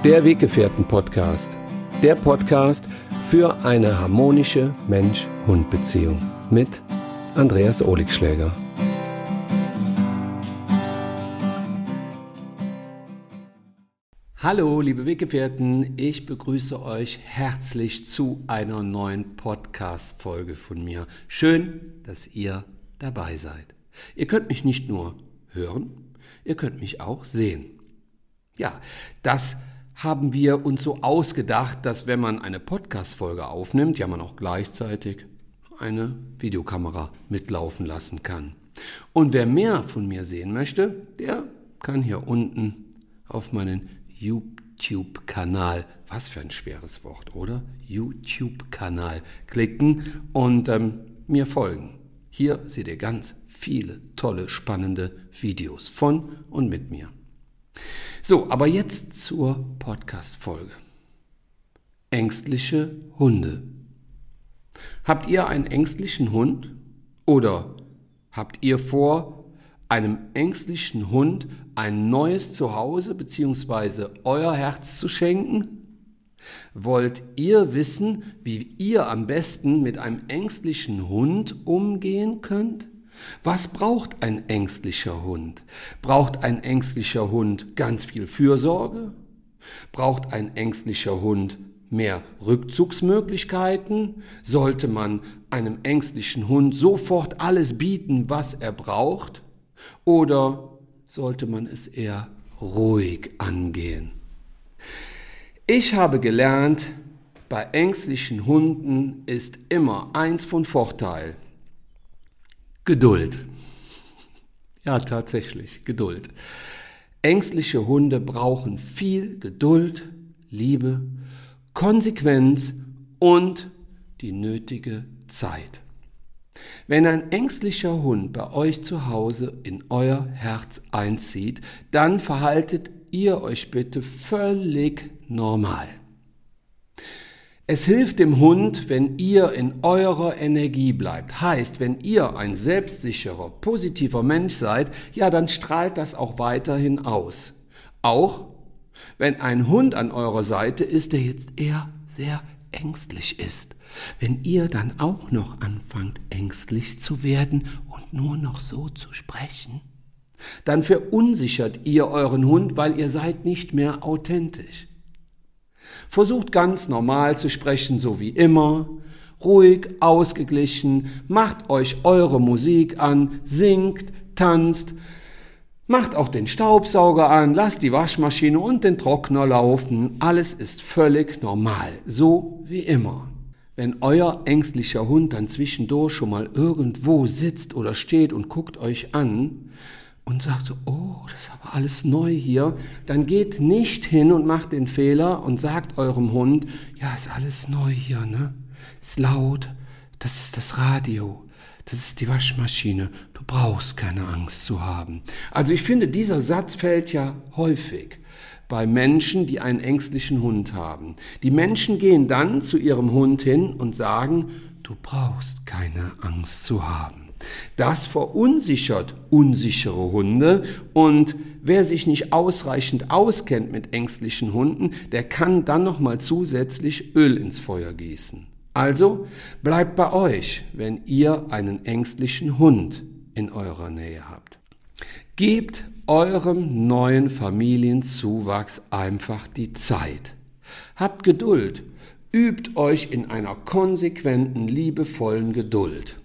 Der Weggefährten-Podcast. Der Podcast für eine harmonische Mensch-Hund-Beziehung mit Andreas Oligschläger. Hallo, liebe Weggefährten, ich begrüße euch herzlich zu einer neuen Podcast-Folge von mir. Schön, dass ihr dabei seid. Ihr könnt mich nicht nur hören, ihr könnt mich auch sehen. Ja, das haben wir uns so ausgedacht, dass wenn man eine Podcast-Folge aufnimmt, ja man auch gleichzeitig eine Videokamera mitlaufen lassen kann. Und wer mehr von mir sehen möchte, der kann hier unten auf meinen YouTube-Kanal, was für ein schweres Wort, oder? YouTube-Kanal klicken und mir folgen. Hier seht ihr ganz viele tolle, spannende Videos von und mit mir. So, aber jetzt zur Podcast-Folge. Ängstliche Hunde. Habt ihr einen ängstlichen Hund? Oder habt ihr vor, einem ängstlichen Hund ein neues Zuhause bzw. euer Herz zu schenken? Wollt ihr wissen, wie ihr am besten mit einem ängstlichen Hund umgehen könnt? Was braucht ein ängstlicher Hund? Braucht ein ängstlicher Hund ganz viel Fürsorge? Braucht ein ängstlicher Hund mehr Rückzugsmöglichkeiten? Sollte man einem ängstlichen Hund sofort alles bieten, was er braucht? Oder sollte man es eher ruhig angehen? Ich habe gelernt, bei ängstlichen Hunden ist immer eins von Vorteil: Geduld. Ja, tatsächlich, Geduld. Ängstliche Hunde brauchen viel Geduld, Liebe, Konsequenz und die nötige Zeit. Wenn ein ängstlicher Hund bei euch zu Hause in euer Herz einzieht, dann verhaltet ihr euch bitte völlig normal. Es hilft dem Hund, wenn ihr in eurer Energie bleibt. Heißt, wenn ihr ein selbstsicherer, positiver Mensch seid, ja, dann strahlt das auch weiterhin aus. Auch wenn ein Hund an eurer Seite ist, der jetzt eher sehr ängstlich ist. Wenn ihr dann auch noch anfangt, ängstlich zu werden und nur noch so zu sprechen, dann verunsichert ihr euren Hund, weil ihr seid nicht mehr authentisch. Versucht ganz normal zu sprechen, so wie immer, ruhig, ausgeglichen, macht euch eure Musik an, singt, tanzt, macht auch den Staubsauger an, lasst die Waschmaschine und den Trockner laufen, alles ist völlig normal, so wie immer. Wenn euer ängstlicher Hund dann zwischendurch schon mal irgendwo sitzt oder steht und guckt euch an und sagt so, oh, das ist aber alles neu hier, dann geht nicht hin und macht den Fehler und sagt eurem Hund, ja, ist alles neu hier, ne? Ist laut, das ist das Radio, das ist die Waschmaschine, du brauchst keine Angst zu haben. Also ich finde, dieser Satz fällt ja häufig bei Menschen, die einen ängstlichen Hund haben. Die Menschen gehen dann zu ihrem Hund hin und sagen, du brauchst keine Angst zu haben. Das verunsichert unsichere Hunde und wer sich nicht ausreichend auskennt mit ängstlichen Hunden, der kann dann nochmal zusätzlich Öl ins Feuer gießen. Also bleibt bei euch, wenn ihr einen ängstlichen Hund in eurer Nähe habt. Gebt eurem neuen Familienzuwachs einfach die Zeit. Habt Geduld, übt euch in einer konsequenten, liebevollen Geduld.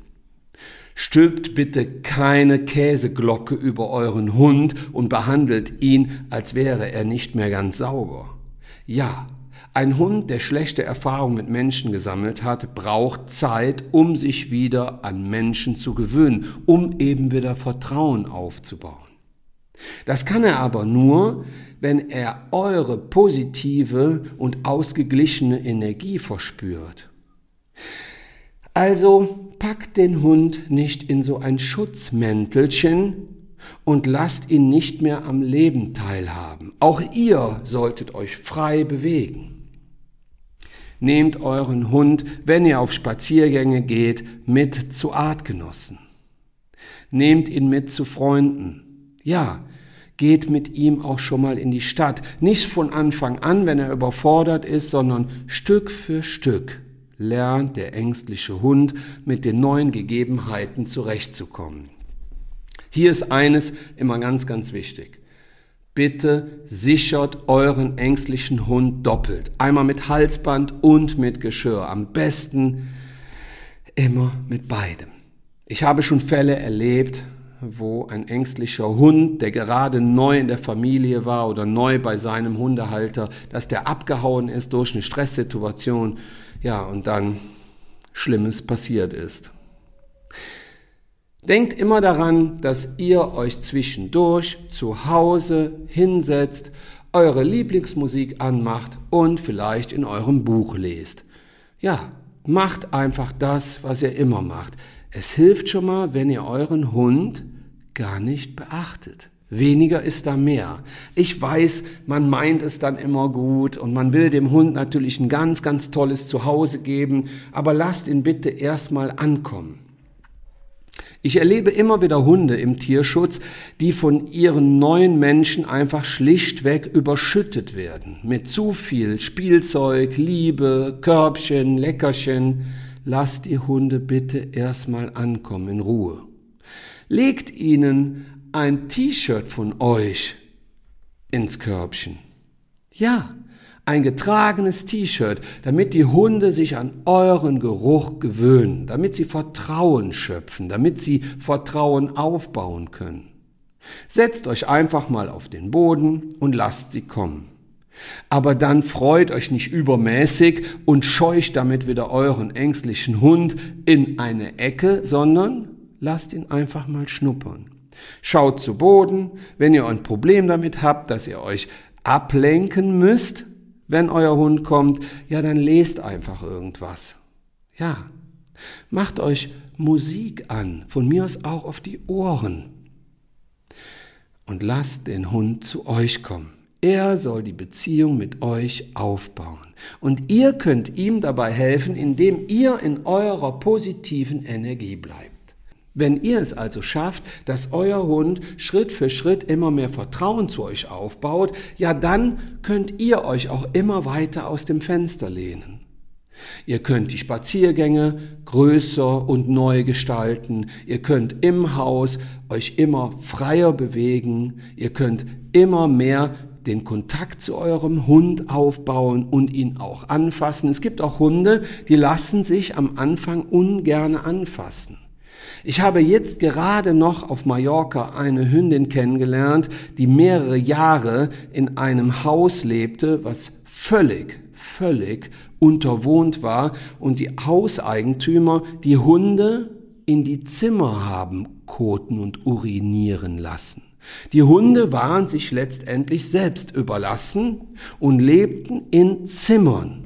Stülpt bitte keine Käseglocke über euren Hund und behandelt ihn, als wäre er nicht mehr ganz sauber. Ja, ein Hund, der schlechte Erfahrungen mit Menschen gesammelt hat, braucht Zeit, um sich wieder an Menschen zu gewöhnen, um eben wieder Vertrauen aufzubauen. Das kann er aber nur, wenn er eure positive und ausgeglichene Energie verspürt. Also packt den Hund nicht in so ein Schutzmäntelchen und lasst ihn nicht mehr am Leben teilhaben. Auch ihr solltet euch frei bewegen. Nehmt euren Hund, wenn ihr auf Spaziergänge geht, mit zu Artgenossen. Nehmt ihn mit zu Freunden. Ja, Geht mit ihm auch schon mal in die Stadt. Nicht von Anfang an, wenn er überfordert ist, sondern Stück für Stück lernt der ängstliche Hund mit den neuen Gegebenheiten zurechtzukommen. Hier ist eines immer ganz, ganz wichtig. Bitte sichert euren ängstlichen Hund doppelt. Einmal mit Halsband und mit Geschirr. Am besten immer mit beidem. Ich habe schon Fälle erlebt, wo ein ängstlicher Hund, der gerade neu in der Familie war oder neu bei seinem Hundehalter, dass der abgehauen ist durch eine Stresssituation, ja, und dann Schlimmes passiert ist. Denkt immer daran, dass ihr euch zwischendurch zu Hause hinsetzt, eure Lieblingsmusik anmacht und vielleicht in eurem Buch lest. Ja, macht einfach das, was ihr immer macht. Es hilft schon mal, wenn ihr euren Hund gar nicht beachtet. Weniger ist da mehr. Ich weiß, man meint es dann immer gut und man will dem Hund natürlich ein ganz, ganz tolles Zuhause geben, aber lasst ihn bitte erstmal ankommen. Ich erlebe immer wieder Hunde im Tierschutz, die von ihren neuen Menschen einfach schlichtweg überschüttet werden. Mit zu viel Spielzeug, Liebe, Körbchen, Leckerchen. Lasst die Hunde bitte erstmal ankommen in Ruhe. Legt ihnen ein T-Shirt von euch ins Körbchen. Ja, ein getragenes T-Shirt, damit die Hunde sich an euren Geruch gewöhnen, damit sie Vertrauen schöpfen, damit sie Vertrauen aufbauen können. Setzt euch einfach mal auf den Boden und lasst sie kommen. Aber dann freut euch nicht übermäßig und scheucht damit wieder euren ängstlichen Hund in eine Ecke, sondern lasst ihn einfach mal schnuppern. Schaut zu Boden, wenn ihr ein Problem damit habt, dass ihr euch ablenken müsst, wenn euer Hund kommt, ja, dann lest einfach irgendwas. Ja, macht euch Musik an, von mir aus auch auf die Ohren. Und lasst den Hund zu euch kommen. Er soll die Beziehung mit euch aufbauen. Und ihr könnt ihm dabei helfen, indem ihr in eurer positiven Energie bleibt. Wenn ihr es also schafft, dass euer Hund Schritt für Schritt immer mehr Vertrauen zu euch aufbaut, ja, dann könnt ihr euch auch immer weiter aus dem Fenster lehnen. Ihr könnt die Spaziergänge größer und neu gestalten. Ihr könnt im Haus euch immer freier bewegen. Ihr könnt immer mehr den Kontakt zu eurem Hund aufbauen und ihn auch anfassen. Es gibt auch Hunde, die lassen sich am Anfang ungern anfassen. Ich habe jetzt gerade noch auf Mallorca eine Hündin kennengelernt, die mehrere Jahre in einem Haus lebte, was völlig unterwohnt war und die Hauseigentümer die Hunde in die Zimmer haben koten und urinieren lassen. Die Hunde waren sich letztendlich selbst überlassen und lebten in Zimmern.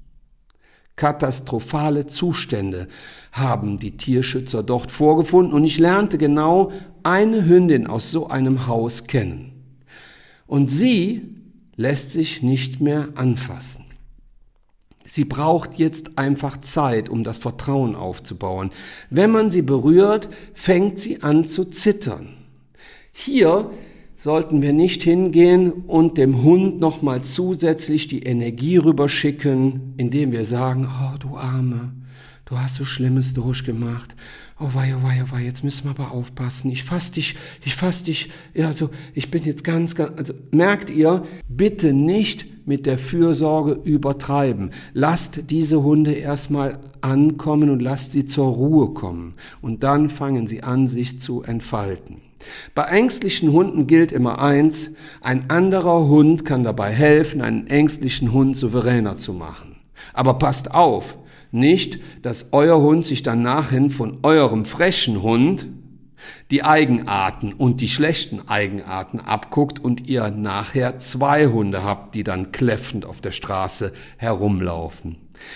Katastrophale Zustände haben die Tierschützer dort vorgefunden und ich lernte genau eine Hündin aus so einem Haus kennen. Und sie lässt sich nicht mehr anfassen. Sie braucht jetzt einfach Zeit, um das Vertrauen aufzubauen. Wenn man sie berührt, fängt sie an zu zittern. Hier sollten wir nicht hingehen und dem Hund nochmal zusätzlich die Energie rüberschicken, indem wir sagen, oh du Arme, du hast so Schlimmes durchgemacht. Oh wei, jetzt müssen wir aber aufpassen. Ich fass dich. Ja, also ich bin jetzt also merkt ihr, bitte nicht mit der Fürsorge übertreiben. Lasst diese Hunde erstmal ankommen und lasst sie zur Ruhe kommen. Und dann fangen sie an, sich zu entfalten. Bei ängstlichen Hunden gilt immer eins, ein anderer Hund kann dabei helfen, einen ängstlichen Hund souveräner zu machen. Aber passt auf, nicht, dass euer Hund sich dann nachhin von eurem frechen Hund die Eigenarten und die schlechten Eigenarten abguckt und ihr nachher 2 Hunde habt, die dann kläffend auf der Straße herumlaufen.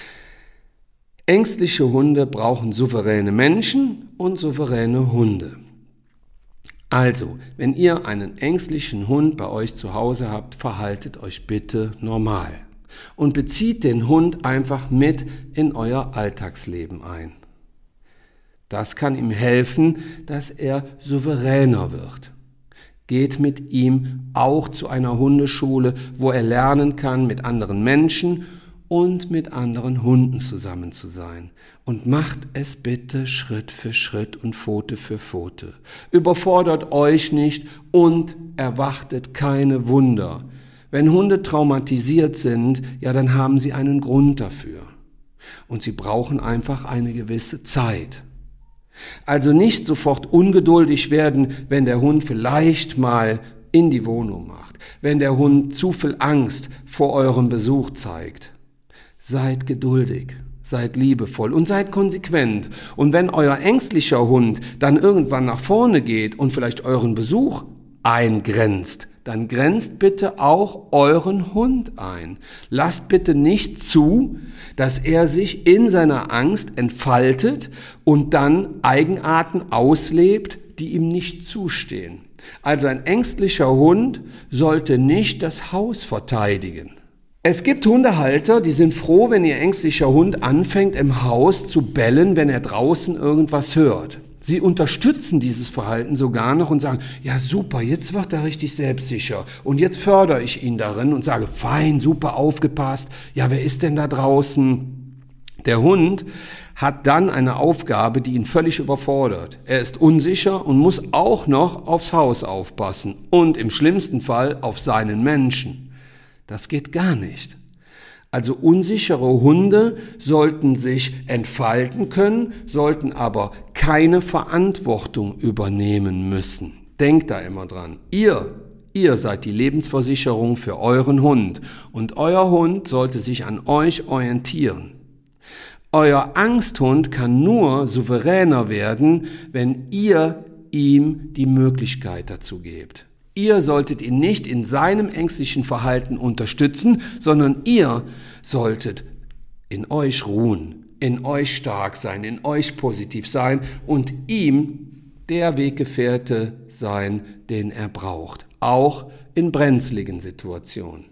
Ängstliche Hunde brauchen souveräne Menschen und souveräne Hunde. Also, wenn ihr einen ängstlichen Hund bei euch zu Hause habt, verhaltet euch bitte normal und bezieht den Hund einfach mit in euer Alltagsleben ein. Das kann ihm helfen, dass er souveräner wird. Geht mit ihm auch zu einer Hundeschule, wo er lernen kann, mit anderen Menschen und mit anderen Hunden zusammen zu sein. Und macht es bitte Schritt für Schritt und Pfote für Pfote. Überfordert euch nicht und erwartet keine Wunder. Wenn Hunde traumatisiert sind, ja, dann haben sie einen Grund dafür. Und sie brauchen einfach eine gewisse Zeit. Also nicht sofort ungeduldig werden, wenn der Hund vielleicht mal in die Wohnung macht, wenn der Hund zu viel Angst vor eurem Besuch zeigt. Seid geduldig, seid liebevoll und seid konsequent. Und wenn euer ängstlicher Hund dann irgendwann nach vorne geht und vielleicht euren Besuch eingrenzt, dann grenzt bitte auch euren Hund ein. Lasst bitte nicht zu, dass er sich in seiner Angst entfaltet und dann Eigenarten auslebt, die ihm nicht zustehen. Also ein ängstlicher Hund sollte nicht das Haus verteidigen. Es gibt Hundehalter, die sind froh, wenn ihr ängstlicher Hund anfängt, im Haus zu bellen, wenn er draußen irgendwas hört. Sie unterstützen dieses Verhalten sogar noch und sagen, ja super, jetzt wird er richtig selbstsicher und jetzt fördere ich ihn darin und sage, fein, super aufgepasst, ja wer ist denn da draußen? Der Hund hat dann eine Aufgabe, die ihn völlig überfordert. Er ist unsicher und muss auch noch aufs Haus aufpassen und im schlimmsten Fall auf seinen Menschen. Das geht gar nicht. Also unsichere Hunde sollten sich entfalten können, sollten aber keine Verantwortung übernehmen müssen. Denkt da immer dran. Ihr seid die Lebensversicherung für euren Hund und euer Hund sollte sich an euch orientieren. Euer Angsthund kann nur souveräner werden, wenn ihr ihm die Möglichkeit dazu gebt. Ihr solltet ihn nicht in seinem ängstlichen Verhalten unterstützen, sondern ihr solltet in euch ruhen, in euch stark sein, in euch positiv sein und ihm der Weggefährte sein, den er braucht, auch in brenzligen Situationen.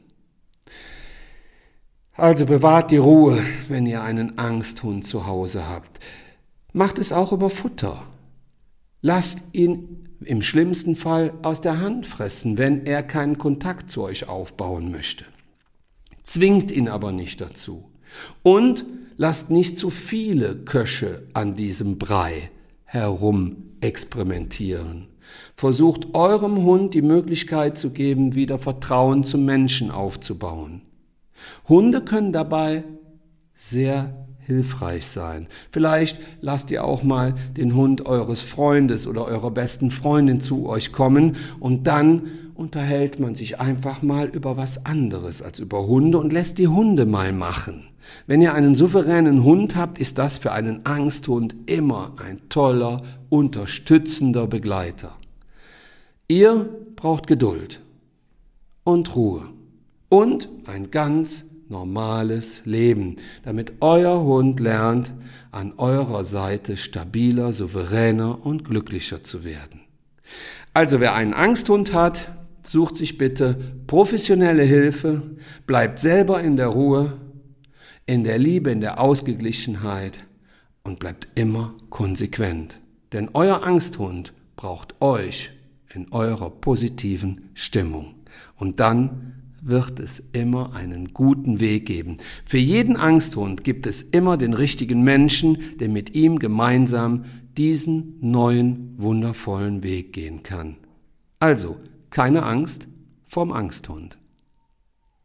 Also bewahrt die Ruhe, wenn ihr einen Angsthund zu Hause habt. Macht es auch über Futter. Lasst ihn im schlimmsten Fall aus der Hand fressen, wenn er keinen Kontakt zu euch aufbauen möchte. Zwingt ihn aber nicht dazu. Und lasst nicht zu viele Köche an diesem Brei herum experimentieren. Versucht eurem Hund die Möglichkeit zu geben, wieder Vertrauen zum Menschen aufzubauen. Hunde können dabei sehr hilfreich sein. Vielleicht lasst ihr auch mal den Hund eures Freundes oder eurer besten Freundin zu euch kommen und dann unterhält man sich einfach mal über was anderes als über Hunde und lässt die Hunde mal machen. Wenn ihr einen souveränen Hund habt, ist das für einen Angsthund immer ein toller, unterstützender Begleiter. Ihr braucht Geduld und Ruhe und ein ganz normales Leben, damit euer Hund lernt, an eurer Seite stabiler, souveräner und glücklicher zu werden. Also wer einen Angsthund hat, sucht sich bitte professionelle Hilfe, bleibt selber in der Ruhe, in der Liebe, in der Ausgeglichenheit und bleibt immer konsequent. Denn euer Angsthund braucht euch in eurer positiven Stimmung. Und dann wird es immer einen guten Weg geben. Für jeden Angsthund gibt es immer den richtigen Menschen, der mit ihm gemeinsam diesen neuen, wundervollen Weg gehen kann. Also, keine Angst vorm Angsthund.